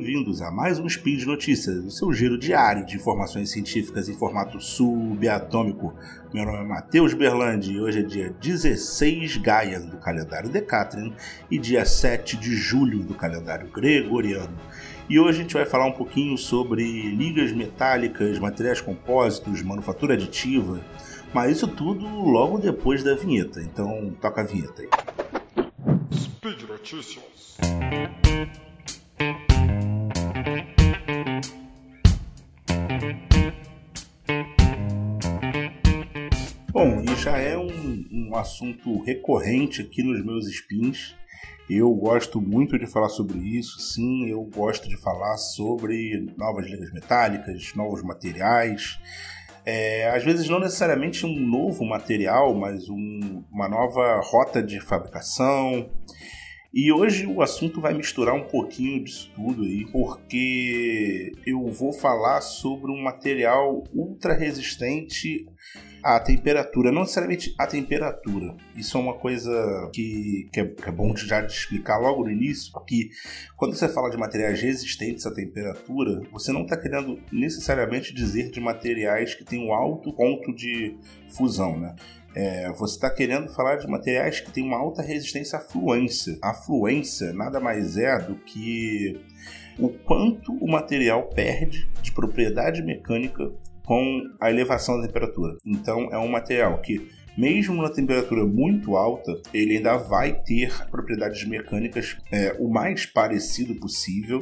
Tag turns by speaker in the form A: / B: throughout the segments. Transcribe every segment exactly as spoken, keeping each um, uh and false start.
A: bem-vindos a mais um Spin de Notícias, o seu giro diário de informações científicas em formato subatômico. Meu nome é Matheus Berlandi e hoje é dia dezesseis Gaia do calendário Decatrian e dia sete de julho do calendário Gregoriano. E hoje a gente vai falar um pouquinho sobre ligas metálicas, materiais compósitos, manufatura aditiva, mas isso tudo logo depois da vinheta, então toca a vinheta aí.
B: Speed Notícias.
A: Bom, e já é um, um assunto recorrente aqui nos meus spins. Eu gosto muito de falar sobre isso, sim, eu gosto de falar sobre novas ligas metálicas, novos materiais. É, às vezes não necessariamente um novo material, mas um, uma nova rota de fabricação. E hoje o assunto vai misturar um pouquinho disso tudo aí, porque eu vou falar sobre um material ultra resistente à temperatura, não necessariamente à temperatura. Isso é uma coisa que, que, é, que é bom já de explicar logo no início, porque quando você fala de materiais resistentes à temperatura, você não está querendo necessariamente dizer de materiais que têm um alto ponto de fusão, né? É, você está querendo falar de materiais que têm uma alta resistência à fluência. A fluência nada mais é do que o quanto o material perde de propriedade mecânica com a elevação da temperatura. Então é um material que, mesmo na temperatura muito alta, ele ainda vai ter propriedades mecânicas é, o mais parecido possível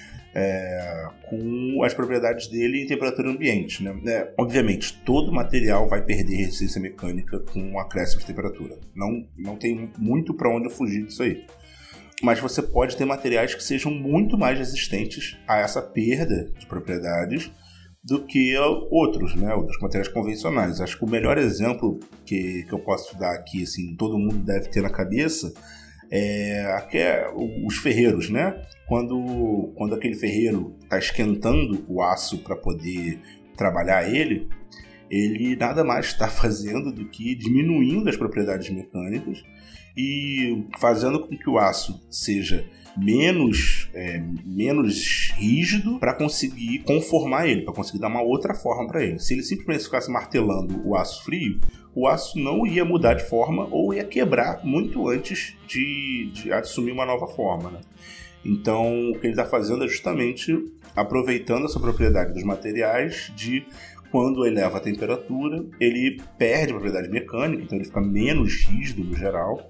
A: É, com as propriedades dele em temperatura ambiente, né? É, obviamente, todo material vai perder resistência mecânica com um acréscimo de temperatura. Não, não tem muito para onde fugir disso aí. Mas você pode ter materiais que sejam muito mais resistentes a essa perda de propriedades do que outros, né? Outros materiais convencionais. Acho que o melhor exemplo que, que eu posso dar aqui, assim, todo mundo deve ter na cabeça, É, é os ferreiros, né? Quando, quando aquele ferreiro está esquentando o aço para poder trabalhar ele, ele nada mais está fazendo do que diminuindo as propriedades mecânicas e fazendo com que o aço seja menos, é, menos rígido para conseguir conformar ele, para conseguir dar uma outra forma para ele. Se ele simplesmente ficasse martelando o aço frio, o aço não ia mudar de forma ou ia quebrar muito antes de, de assumir uma nova forma, né? Então, o que ele está fazendo é justamente aproveitando essa propriedade dos materiais de quando eleva a temperatura, ele perde a propriedade mecânica, então ele fica menos rígido no geral,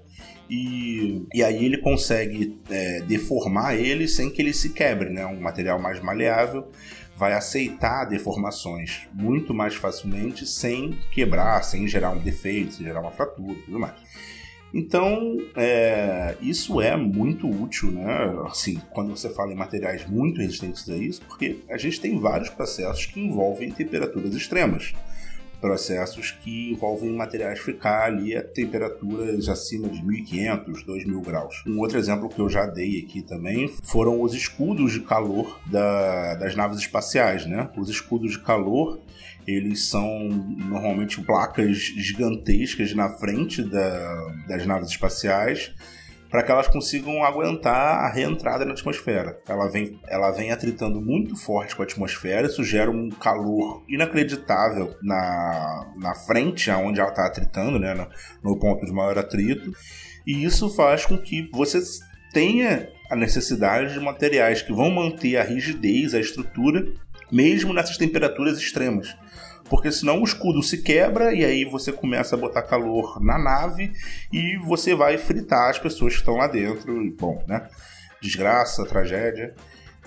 A: e, e aí ele consegue é, deformar ele sem que ele se quebre, né? Um material mais maleável vai aceitar deformações muito mais facilmente sem quebrar, sem gerar um defeito, sem gerar uma fratura e tudo mais. Então, é, isso é muito útil, né? Assim, quando você fala em materiais muito resistentes a isso, porque a gente tem vários processos que envolvem temperaturas extremas. Processos que envolvem materiais ficar ali a temperaturas acima de mil e quinhentos, dois mil graus. Um outro exemplo que eu já dei aqui também foram os escudos de calor da, das naves espaciais, né? Os escudos de calor, eles são normalmente placas gigantescas na frente da, das naves espaciais, para que elas consigam aguentar a reentrada na atmosfera. Ela vem, ela vem atritando muito forte com a atmosfera, isso gera um calor inacreditável na, na frente, onde ela está atritando, né, no, no ponto de maior atrito, e isso faz com que você tenha a necessidade de materiais que vão manter a rigidez, a estrutura, mesmo nessas temperaturas extremas. Porque senão o escudo se quebra e aí você começa a botar calor na nave e você vai fritar as pessoas que estão lá dentro. E, bom, né? Desgraça, tragédia.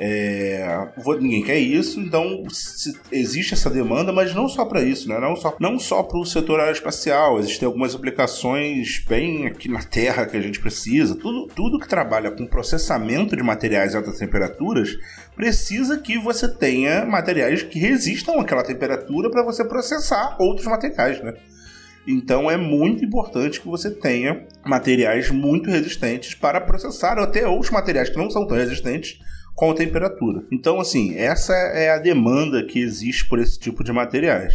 A: É, ninguém quer isso, então existe essa demanda, mas não só para isso, né? não só, não só para o setor aeroespacial, existem algumas aplicações bem aqui na Terra que a gente precisa. Tudo, tudo que trabalha com processamento de materiais a altas temperaturas precisa que você tenha materiais que resistam àquela temperatura para você processar outros materiais, né? Então é muito importante que você tenha materiais muito resistentes para processar até outros materiais que não são tão resistentes com a temperatura. Então, assim, essa é a demanda que existe por esse tipo de materiais.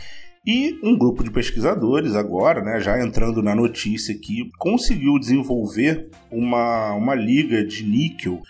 A: E um grupo de pesquisadores agora, né, já entrando na notícia aqui, conseguiu desenvolver uma, uma liga de níquel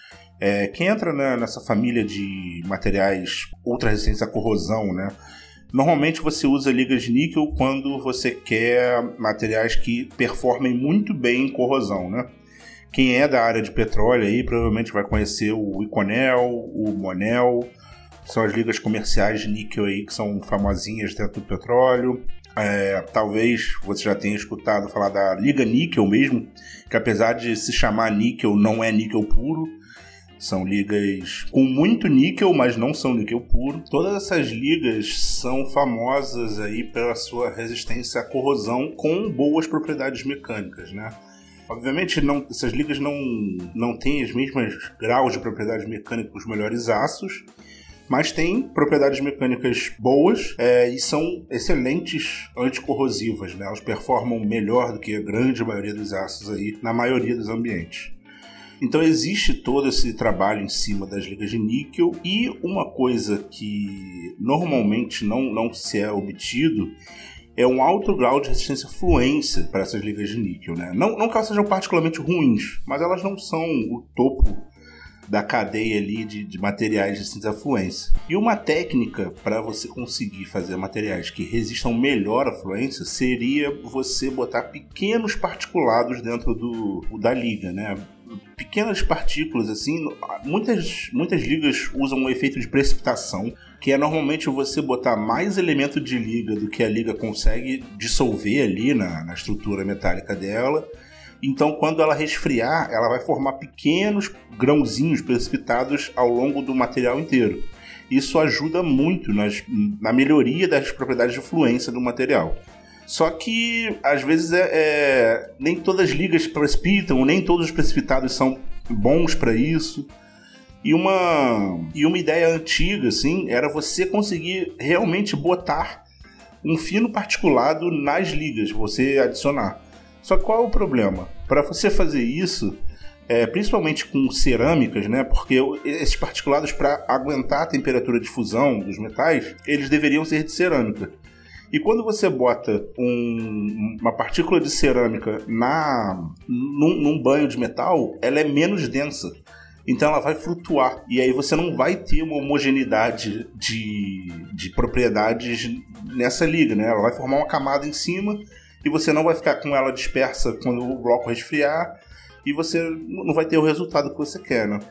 A: É, quem entra na, nessa família de materiais ultra resistentes à corrosão, né? Normalmente você usa ligas de níquel quando você quer materiais que performem muito bem em corrosão, né? Quem é da área de petróleo aí provavelmente vai conhecer o Inconel, o Monel, são as ligas comerciais de níquel aí que são famosinhas dentro do petróleo. É, talvez você já tenha escutado falar da liga níquel mesmo, que apesar de se chamar níquel, não é níquel puro. São ligas com muito níquel, mas não são níquel puro. Todas essas ligas são famosas aí pela sua resistência à corrosão com boas propriedades mecânicas, né? Obviamente, não, essas ligas não, não têm os mesmos graus de propriedades mecânicas dos melhores aços, mas têm propriedades mecânicas boas é, e são excelentes anticorrosivas, né? Elas performam melhor do que a grande maioria dos aços aí, na maioria dos ambientes. Então existe todo esse trabalho em cima das ligas de níquel, e uma coisa que normalmente não, não se é obtido é um alto grau de resistência à fluência para essas ligas de níquel, né? Não, não que elas sejam particularmente ruins, mas elas não são o topo da cadeia ali de, de materiais resistentes à fluência. E uma técnica para você conseguir fazer materiais que resistam melhor à fluência seria você botar pequenos particulados dentro do, da liga, né? Pequenas partículas, assim, muitas, muitas ligas usam um efeito de precipitação, que é normalmente você botar mais elemento de liga do que a liga consegue dissolver ali na, na estrutura metálica dela. Então, quando ela resfriar, ela vai formar pequenos grãozinhos precipitados ao longo do material inteiro. Isso ajuda muito nas, na melhoria das propriedades de fluência do material. Só que, às vezes, é, é, nem todas as ligas precipitam, nem todos os precipitados são bons para isso. E uma, e uma ideia antiga, assim, era você conseguir realmente botar um fino particulado nas ligas, você adicionar. Só que qual é o problema? Para você fazer isso, é, principalmente com cerâmicas, né, porque esses particulados, para aguentar a temperatura de fusão dos metais, eles deveriam ser de cerâmica. E quando você bota um, uma partícula de cerâmica na, num, num banho de metal, ela é menos densa. Então ela vai flutuar. E aí você não vai ter uma homogeneidade de, de propriedades nessa liga, né? Ela vai formar uma camada em cima e você não vai ficar com ela dispersa quando o bloco resfriar. E você não vai ter o resultado que você quer, né?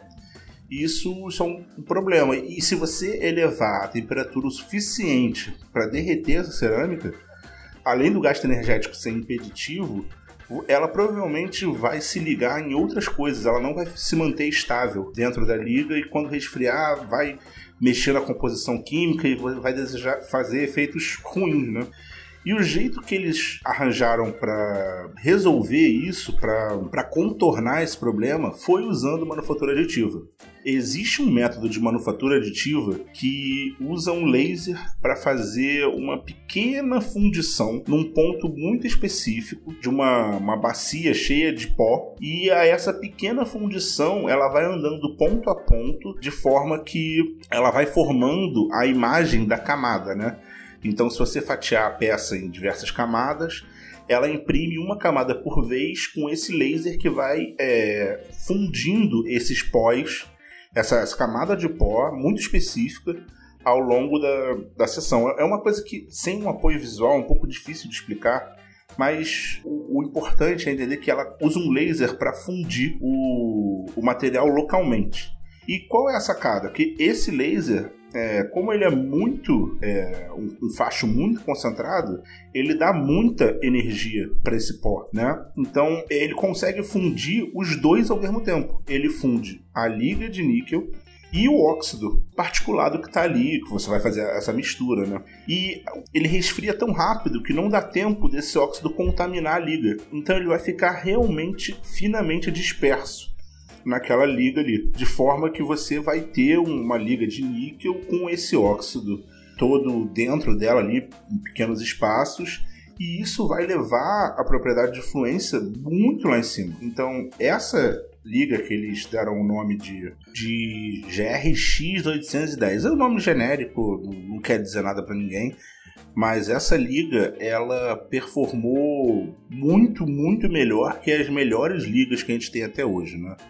A: Isso, isso é um problema. E se você elevar a temperatura o suficiente para derreter essa cerâmica, além do gasto energético ser impeditivo, ela provavelmente vai se ligar em outras coisas. Ela não vai se manter estável dentro da liga e quando resfriar vai mexer na composição química e vai desejar fazer efeitos ruins, né? E o jeito que eles arranjaram para resolver isso, para contornar esse problema, foi usando manufatura aditiva. Existe um método de manufatura aditiva que usa um laser para fazer uma pequena fundição num ponto muito específico de uma, uma bacia cheia de pó, e a essa pequena fundição ela vai andando ponto a ponto de forma que ela vai formando a imagem da camada, né? Então, se você fatiar a peça em diversas camadas, ela imprime uma camada por vez com esse laser que vai é, fundindo esses pós, essa, essa camada de pó muito específica ao longo da, da sessão. É uma coisa que, sem um apoio visual, é um pouco difícil de explicar, mas o, o importante é entender que ela usa um laser para fundir o, o material localmente. E qual é a sacada? Que esse laser, é, como ele é muito é, um, um facho muito concentrado, ele dá muita energia para esse pó, né? Então ele consegue fundir os dois ao mesmo tempo. Ele funde a liga de níquel e o óxido particulado que está ali, que você vai fazer essa mistura, né? E ele resfria tão rápido que não dá tempo desse óxido contaminar a liga. Então ele vai ficar realmente finamente disperso naquela liga ali, de forma que você vai ter uma liga de níquel com esse óxido todo dentro dela ali, em pequenos espaços, e isso vai levar a propriedade de fluência muito lá em cima. Então, essa liga que eles deram o nome de, de G R X oitocentos e dez, é um nome genérico, não quer dizer nada para ninguém, mas essa liga, ela performou muito, muito melhor que as melhores ligas que a gente tem até hoje, né?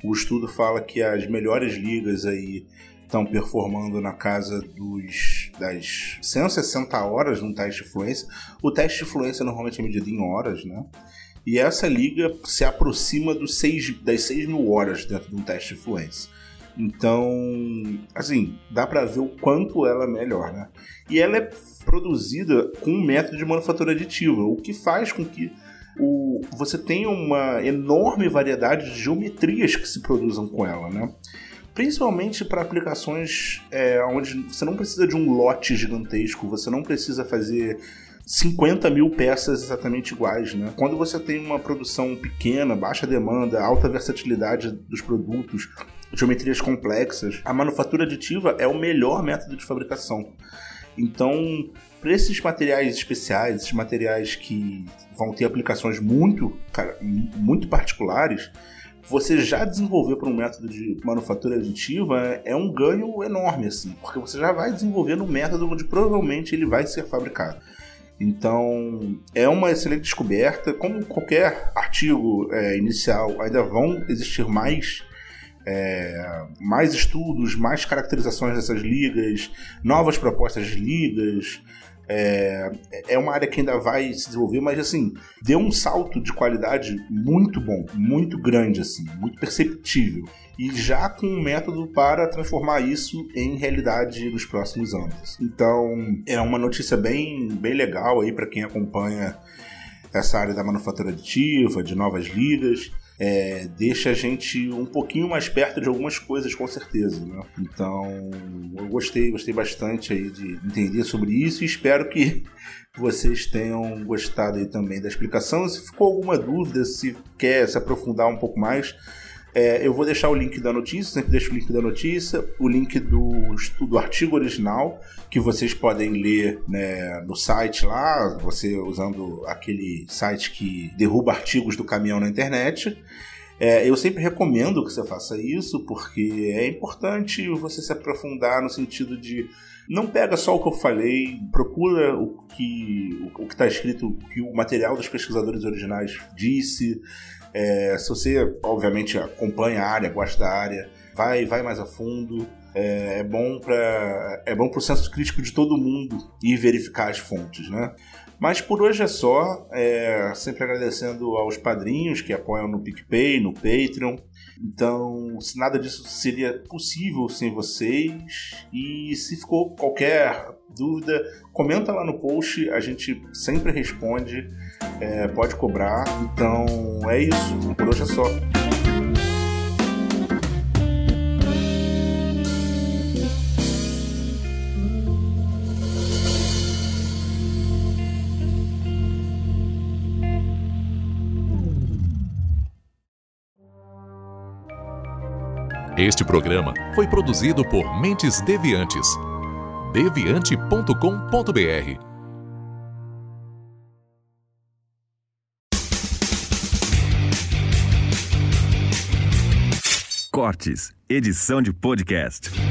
A: O estudo fala que as melhores ligas aí estão performando na casa dos, das cento e sessenta horas no teste de fluência. O teste de fluência normalmente é medido em horas, né? E essa liga se aproxima dos seis, das seis mil horas dentro de um teste de fluência. Então, assim, dá para ver o quanto ela é melhor, né? E ela é produzida com um método de manufatura aditiva, o que faz com que o, você tenha uma enorme variedade de geometrias que se produzam com ela, né? Principalmente para aplicações é, onde você não precisa de um lote gigantesco, você não precisa fazer cinquenta mil peças exatamente iguais, né? Quando você tem uma produção pequena, baixa demanda, alta versatilidade dos produtos, geometrias complexas, a manufatura aditiva é o melhor método de fabricação. Então, para esses materiais especiais, esses materiais que vão ter aplicações muito, cara, muito particulares, você já desenvolver por um método de manufatura aditiva é um ganho enorme, assim, porque você já vai desenvolver um método onde provavelmente ele vai ser fabricado. Então, é uma excelente descoberta. Como qualquer artigo é, inicial, ainda vão existir mais, é, mais estudos, mais caracterizações dessas ligas, novas propostas de ligas. É, é uma área que ainda vai se desenvolver, mas assim, deu um salto de qualidade muito bom, muito grande, assim, muito perceptível. E já com um método para transformar isso em realidade nos próximos anos. Então, é uma notícia bem, bem legal aí para quem acompanha essa área da manufatura aditiva, de novas ligas. É, deixa a gente um pouquinho mais perto de algumas coisas, com certeza, né? Então, eu gostei, gostei bastante aí de entender sobre isso e espero que vocês tenham gostado aí também da explicação. Se ficou alguma dúvida, se quer se aprofundar um pouco mais, é, eu vou deixar o link da notícia, sempre deixo o link da notícia, o link do, do artigo original, que vocês podem ler, né, no site lá, você usando aquele site que derruba artigos do caminhão na internet. É, eu sempre recomendo que você faça isso, porque é importante você se aprofundar no sentido de não pega só o que eu falei, procura o que o que está escrito, o que o material dos pesquisadores originais disse. É, se você, obviamente, acompanha a área, gosta da área, vai, vai mais a fundo. É, é bom para é bom para o senso crítico de todo mundo ir verificar as fontes, né? Mas por hoje é só. É, sempre agradecendo aos padrinhos que apoiam no PicPay, no Patreon. Então, se nada disso seria possível sem vocês. E se ficou qualquer dúvida, comenta lá no post, a gente sempre responde, é, pode cobrar. Então é isso, por hoje é só.
C: Este programa foi produzido por Mentes Deviantes. deviante ponto com ponto b r.
D: Cortes, edição de podcast.